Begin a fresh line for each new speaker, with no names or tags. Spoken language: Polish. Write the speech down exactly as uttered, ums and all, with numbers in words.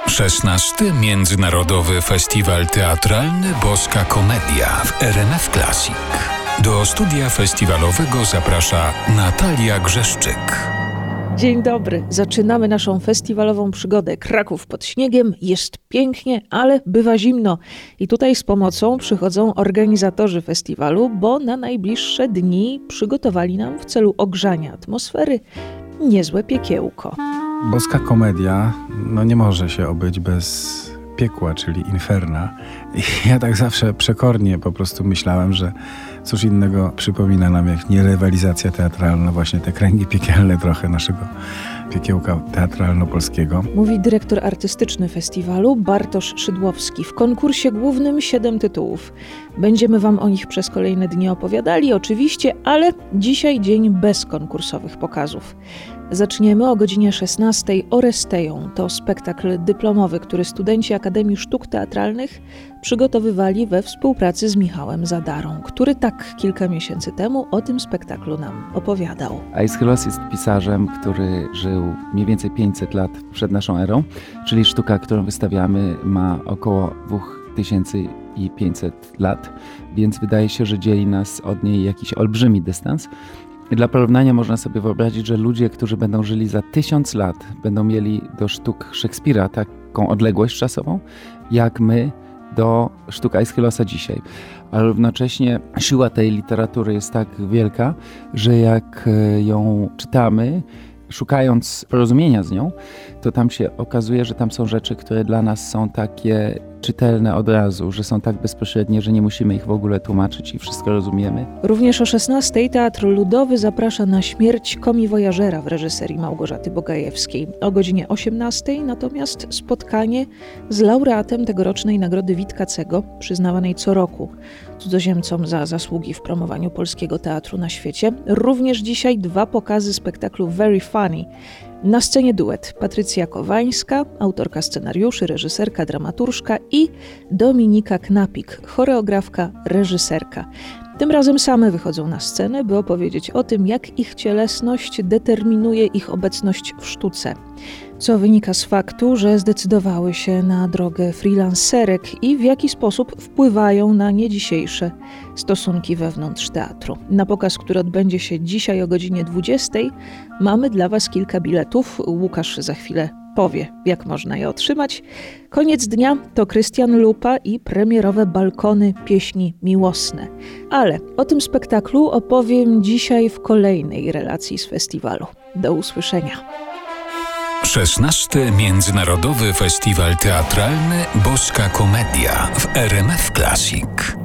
szesnasty Międzynarodowy Festiwal Teatralny Boska Komedia w R M F Classic. Do studia festiwalowego zaprasza Natalia Grzeszczyk.
Dzień dobry. Zaczynamy naszą festiwalową przygodę. Kraków pod śniegiem. Jest pięknie, ale bywa zimno. I tutaj z pomocą przychodzą organizatorzy festiwalu, bo na najbliższe dni przygotowali nam w celu ogrzania atmosfery niezłe piekiełko.
Boska komedia no nie może się obyć bez piekła, czyli inferna. I ja tak zawsze przekornie po prostu myślałem, że cóż innego przypomina nam jak nie rywalizacja teatralna, właśnie te kręgi piekielne trochę naszego piekiełka teatralno-polskiego.
Mówi dyrektor artystyczny festiwalu Bartosz Szydłowski. W konkursie głównym siedem tytułów. Będziemy wam o nich przez kolejne dni opowiadali, oczywiście, ale dzisiaj dzień bez konkursowych pokazów. Zaczniemy o godzinie szesnastej Oresteją. To spektakl dyplomowy, który studenci Akademii Sztuk Teatralnych przygotowywali we współpracy z Michałem Zadarą, który tak kilka miesięcy temu o tym spektaklu nam opowiadał.
Aeschylos jest pisarzem, który żył mniej więcej pięćset lat przed naszą erą, czyli sztuka, którą wystawiamy, ma około dwa tysiące pięćset lat, więc wydaje się, że dzieli nas od niej jakiś olbrzymi dystans. Dla porównania można sobie wyobrazić, że ludzie, którzy będą żyli za tysiąc lat, będą mieli do sztuk Szekspira taką odległość czasową, jak my do sztuk Aeschylosa dzisiaj. Ale równocześnie siła tej literatury jest tak wielka, że jak ją czytamy, szukając porozumienia z nią, to tam się okazuje, że tam są rzeczy, które dla nas są takie czytelne od razu, że są tak bezpośrednie, że nie musimy ich w ogóle tłumaczyć i wszystko rozumiemy.
Również o szesnastej Teatr Ludowy zaprasza na Śmierć komiwojażera w reżyserii Małgorzaty Bogajewskiej. O godzinie osiemnastej natomiast spotkanie z laureatem tegorocznej Nagrody Witkacego, przyznawanej co roku cudzoziemcom za zasługi w promowaniu polskiego teatru na świecie. Również dzisiaj dwa pokazy spektaklu Very Funny. Na scenie duet Patrycja Kowańska, autorka scenariuszy, reżyserka, dramaturżka i Dominika Knapik, choreografka, reżyserka. Tym razem same wychodzą na scenę, by opowiedzieć o tym, jak ich cielesność determinuje ich obecność w sztuce. Co wynika z faktu, że zdecydowały się na drogę freelancerek i w jaki sposób wpływają na nie dzisiejsze stosunki wewnątrz teatru. Na pokaz, który odbędzie się dzisiaj o godzinie dwudziestej, mamy dla was kilka biletów. Łukasz za chwilę powie, jak można je otrzymać. Koniec dnia to Krystian Lupa i premierowe balkony pieśni miłosne. Ale o tym spektaklu opowiem dzisiaj w kolejnej relacji z festiwalu. Do usłyszenia.
szesnasty Międzynarodowy Festiwal Teatralny Boska Komedia w R M F Classic.